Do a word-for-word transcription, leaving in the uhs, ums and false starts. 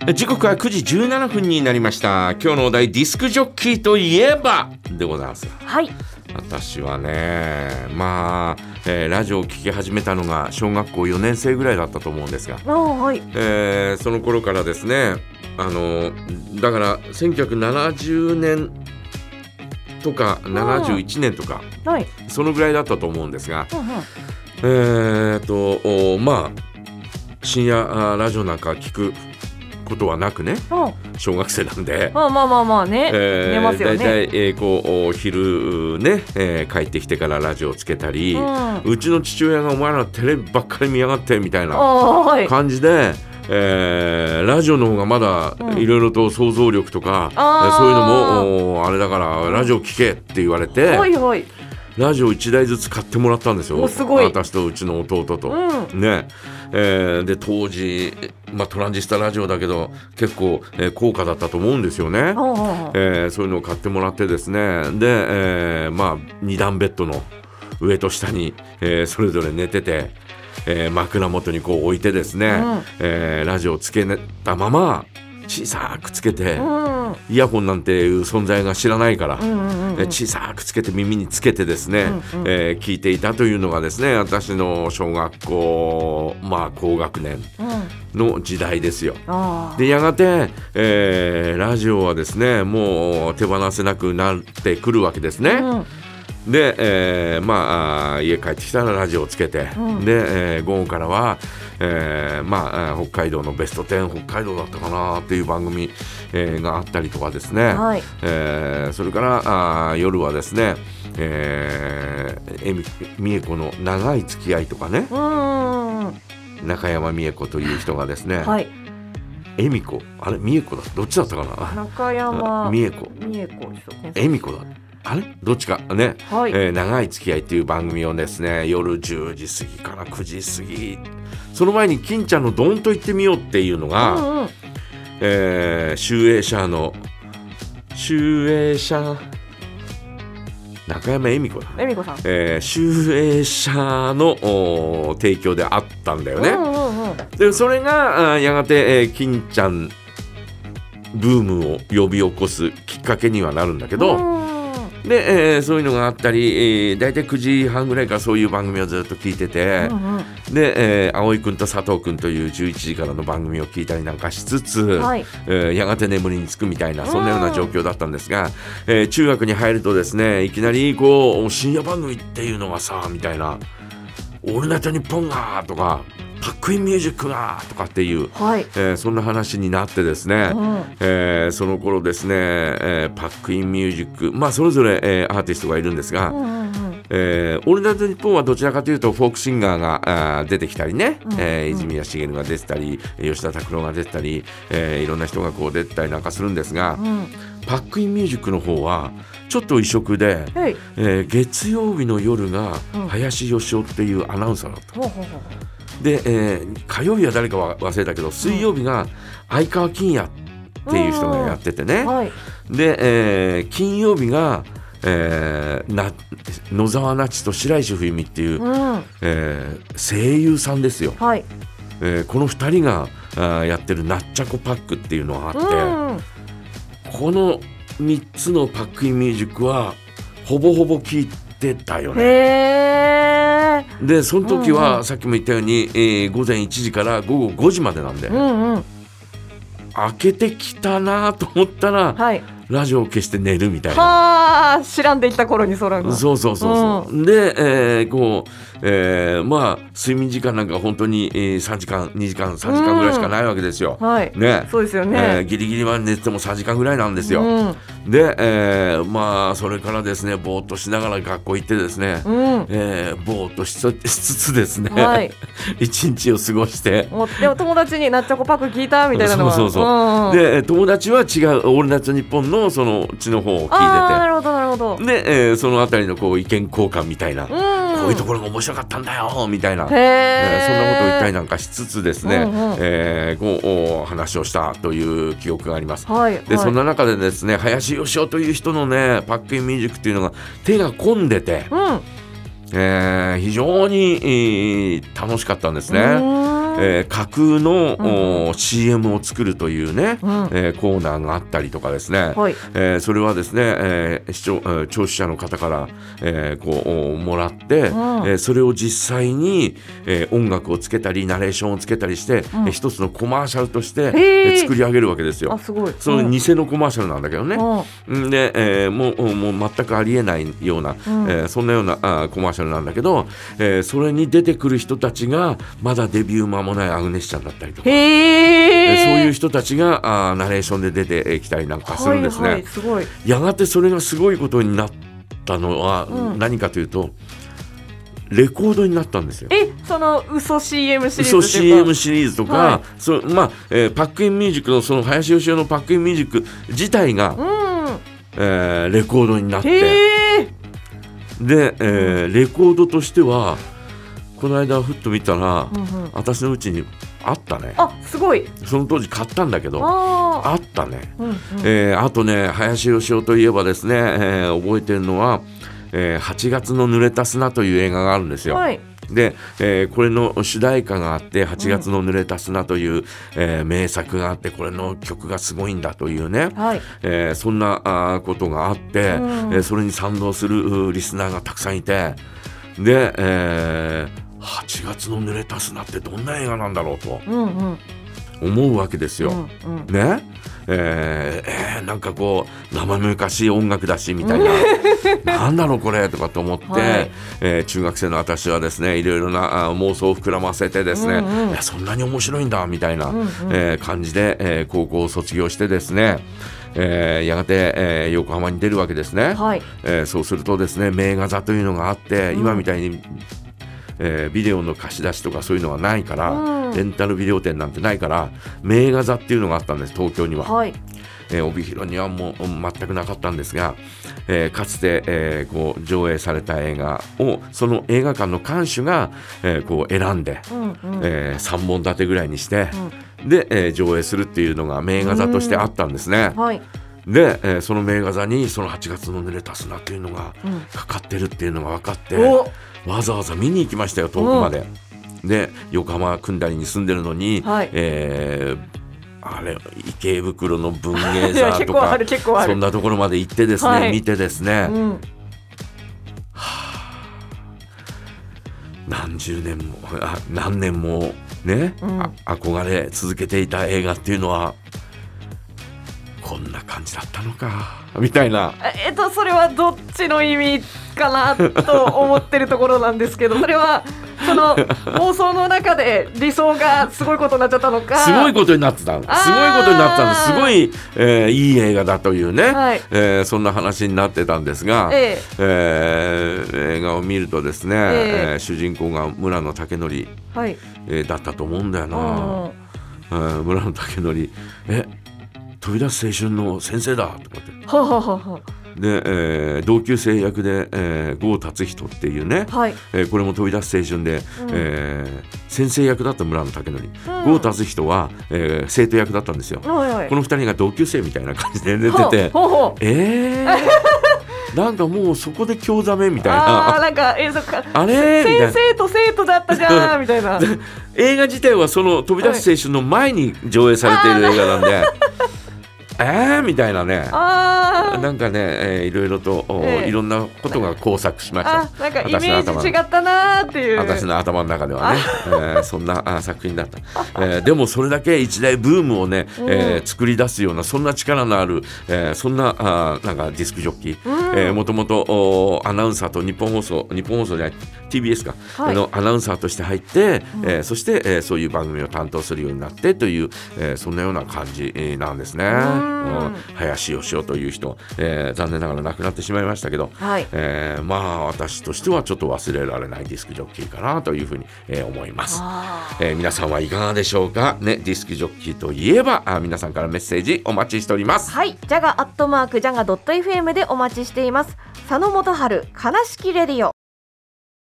時刻はくじじゅうななふんになりました。今日のお題、ディスクジョッキーといえばでございます。 はい。 私はね、まあ、えー、ラジオを聞き始めたのが小学校よねん生ぐらいだったと思うんですが、 はい。 えー、その頃からですね、あのだからせんきゅうひゃくななじゅうねんとかななじゅういちねんとか、 はい、 そのぐらいだったと思うんですが、 うんうん、 えーとまあ深夜ラジオなんか聞くことはなくね、小学生なんで、 まあまあまあまあね、 えー、 寝ますよね。 だいたい、えー、こう昼ね、えー、帰ってきてからラジオをつけたり、うん、うちの父親がお前らテレビばっかり見やがってみたいな感じで、えー、ラジオの方がまだいろいろと想像力とか、うん、そういうのもあれだからラジオ聞けって言われて、 はいはい、 ラジオいちだいずつ買ってもらったんですよ。 すごい。 私とうちの弟と、うん、ね、えー、で当時、まあ、トランジスタラジオだけど結構、えー、高価だったと思うんですよね、 うんうん、 えー、そういうのを買ってもらってですね、で、えー、まあに段ベッドの上と下に、えー、それぞれ寝てて、えー、枕元にこう置いてですね、うん、えー、ラジオをつけたまま小さくつけて、うん、イヤホンなんていう存在が知らないから、うんうんうん、小さくつけて耳につけてですね、うんうん、えー、聞いていたというのがですね、私の小学校、まあ、高学年の時代ですよ、うん、でやがて、えー、ラジオはですねもう手放せなくなってくるわけですね、うん、で、えー、まあ家帰ってきたらラジオをつけて、うん、で、えー、午後からは、えー、まあ北海道のベストじゅう北海道だったかなっていう番組、えー、があったりとかですね、はい、えー、それからあ夜はですね、えー、えみ美恵子の長い付き合いとかね、うん、中山美恵子という人がですね、はい、恵美子あれ美恵子だどっちだったかな、 中山美恵子美恵子恵美子だあれどっちかね、はい、えー、長い付き合いっていう番組をですね夜じゅうじ過ぎからくじ過ぎ、その前に金ちゃんのドンと言ってみようっていうのが、うんうん、えー、集英社の集英社中山恵美子だ、 恵美子さん、 えー、集英社の提供であったんだよね、うんうんうん、でそれがやがて、えー、金ちゃんブームを呼び起こすきっかけにはなるんだけど、うんで、えー、そういうのがあったり、えー、だいたいくじはんぐらいからそういう番組をずっと聞いてて、うんうん、で、えー、葵くんと佐藤くんというじゅういちじからの番組を聞いたりなんかしつつ、はい、えー、やがて眠りにつくみたいなそんなような状況だったんですが、えー、中学に入るとですねいきなりこう深夜番組っていうのがさみたいなオールナイトニッポンがとかパックインミュージックがとかっていう、はい、えー、そんな話になってですね、うん、えー、その頃ですね、えー、パックインミュージック、まあそれぞれ、えー、アーティストがいるんですが、うんうんうん、えー、オールナイトニッポンはどちらかというとフォークシンガーがあー出てきたりね、うんうん、えー、泉谷しげるが出てたり吉田拓郎が出てたり、えー、いろんな人がこう出てたりなんかするんですが、うん、パックインミュージックの方はちょっと異色で、えー、月曜日の夜が林芳雄っていうアナウンサーだった、うん、で、えー、火曜日は誰かは忘れたけど水曜日が相川金也っていう人がやっててね、うん、はい、で、えー、金曜日が、えー、な野沢那智と白石冬美っていう、うん、えー、声優さんですよ、はい、えー、このふたりがあやってるなっちゃこパックっていうのがあって、うん、このみっつのパックインミュージックはほぼほぼ聞いてたよね。へー。でその時はさっきも言ったように、えー、午前いちじから午後ごじまでなんで、うんうん、開けてきたなと思ったら、はい、ラジオを消して寝るみたいな。 はー、知らんでいった頃に空がそうそうそうそう、うん、で、えー、こう、えー、まあ睡眠時間なんか本当に、えー、さんじかんにじかんさんじかんぐらいしかないわけですよ、うん、はいね、そうですよね、えー、ギリギリまで寝てもさんじかんぐらいなんですよ、うん、で、えー、まあそれからですねぼーっとしながら学校行ってですね、うん、えー、ぼーっとしつつですね、はい、一日を過ごしてもでも友達になっちゃこパック聞いたみたいなのはそうそうそう、うんうん、で友達は違うオールナイトニッポンのそのうちの方を聞いてて、あ、なるほどなるほど、で、えー、そのあたりのこう意見交換みたいな、うん、こういうところが面白かったんだよみたいな、えー、そんなことを言ったりなんかしつつですね、うんうん、えー、こう話をしたという記憶があります、はい、で、はい、そんな中でですね林芳雄という人のねパックインミュージックっていうのが手が込んでて、うん、えー、非常に、えー、楽しかったんですね。 えー、架空の、 うん、 シーエム を作るというね、 うん、 えー、コーナーがあったりとかですね、 はい、 えー、それはですね、えー、視聴、えー、聴取者の方から、えー、こうもらって、うん、えー、それを実際に、えー、音楽をつけたりナレーションをつけたりして、うん、えー、一つのコマーシャルとして、えー、作り上げるわけですよ。 あ、すごい。 その偽のコマーシャルなんだけどね、うん、で、えー、もう、もう全くありえないような、うん、えー、そんなようなあコマーシャルなんだけど、えー、それに出てくる人たちがまだデビュー間もないアグネスちゃんだったりとか、 へー、 そういう人たちがあナレーションで出てきたりなんかするんですね、 はいはい、すごい。 やがてそれがすごいことになったのは何かというと、うん、レコードになったんですよ。 え、その嘘 シーエム シリーズとか、 嘘 シーエム シリーズとか、はい、そまあえー、パックインミュージックのその林芳雄のパックインミュージック自体が、うん、えー、レコードになって、で、えー、レコードとしてはこの間ふっと見たら、うんうん、私のうちにあったね。 あ、すごい。 その当時買ったんだけど あ, あったね、うんうん、えー、あとね林芳雄といえばですね、えー、覚えてるのは、えー、はちがつの濡れた砂という映画があるんですよ、はい、で、えー、これの主題歌があってはちがつの濡れた砂という、うん、えー、名作があって、これの曲がすごいんだというね、はい、えー、そんなあことがあって、うん、えー、それに賛同するリスナーがたくさんいて、で、えーはちがつの濡れた砂ってどんな映画なんだろうと思うわけですよ、うんうん、ね、えーえー、なんかこう生昔音楽だしみたいななんだろうこれとかと思って、はい、えー、中学生の私はですねいろいろな妄想を膨らませてですね、うんうん、いやそんなに面白いんだみたいな、うんうん、えー、感じで、えー、高校を卒業してですね、えー、やがて、えー、横浜に出るわけですね、はい、えー、そうするとですね名画座というのがあって、うん、今みたいにえー、ビデオの貸し出しとかそういうのがないから、うん、レンタルビデオ店なんてないから名画座っていうのがあったんです、東京には、はい、えー、帯広にはもう全くなかったんですが、えー、かつて、えー、こう上映された映画をその映画館の館主が、えー、こう選んで、うんうん、えー、さんぼん立てぐらいにして、うん、で、えー、上映するっていうのが名画座としてあったんですね、はい、で、えー、その名画座にそのはちがつの濡れた砂っていうのがかかってるっていうのが分かって、うん、わざわざ見に行きましたよ、遠くまで、うん、で横浜くんだりに住んでるのに、はい、えー、あれ池袋の文芸座とかそんなところまで行ってですね、はい、見てですね、うん、はあ、何十年もあ何年もね、うん、あ憧れ続けていた映画っていうのはこんな感じだったのかみたいな。 えっとそれはどっちの意味かなと思ってるところなんですけど、それはその妄想の中で理想がすごいことになっちゃったのか、 すごいことになってた、すごいことになってたの、すごい、えー、いい映画だというね、はい、えー、そんな話になってたんですが、えーえー、映画を見るとですね、えーえー、主人公が村野武則、はい、えー、だったと思うんだよな、うんえー、村野武則、え飛び出す青春の先生だとかってははははで、えー、同級生役で、えー、郷達人っていうね、はい、えー、これも飛び出す青春で、うん、えー、先生役だった村野武則、うん、郷達人は、えー、生徒役だったんですよ、はいはい、このふたりが同級生みたいな感じで出てて、ほうほうほう、えーなんかもうそこで興ざめみたいな、 あなんか、えー、そっかあれ先生と生徒だったじゃんみたいな映画自体はその飛び出す青春の前に上映されている映画なんで、はいえーみたいなね、あなんかね、えー、いろいろと、えー、いろんなことが交錯しました。 あなんかイメージ違ったなーっていう私の頭の中ではね、えー、そんなあ作品だった、えー、でもそれだけ一大ブームをね、うん、えー、作り出すようなそんな力のある、えー、そんなあなんかディスクジョッキー、うん、えー、もともとアナウンサーと日本放送日本放送じゃない ティービーエス か、はい、のアナウンサーとして入って、うん、えー、そして、えー、そういう番組を担当するようになってという、えー、そんなような感じ、えー、なんですね。うん林芳雄という人、えー、残念ながら亡くなってしまいましたけど、はい、えー、まあ私としてはちょっと忘れられないディスクジョッキーかなというふうに、えー、思います、えー、皆さんはいかがでしょうかね。ディスクジョッキーといえばあ皆さんからメッセージお待ちしております。 はい、ジャガアットマークジャガドット エフエム でお待ちしています。佐野元春悲しきレディオ。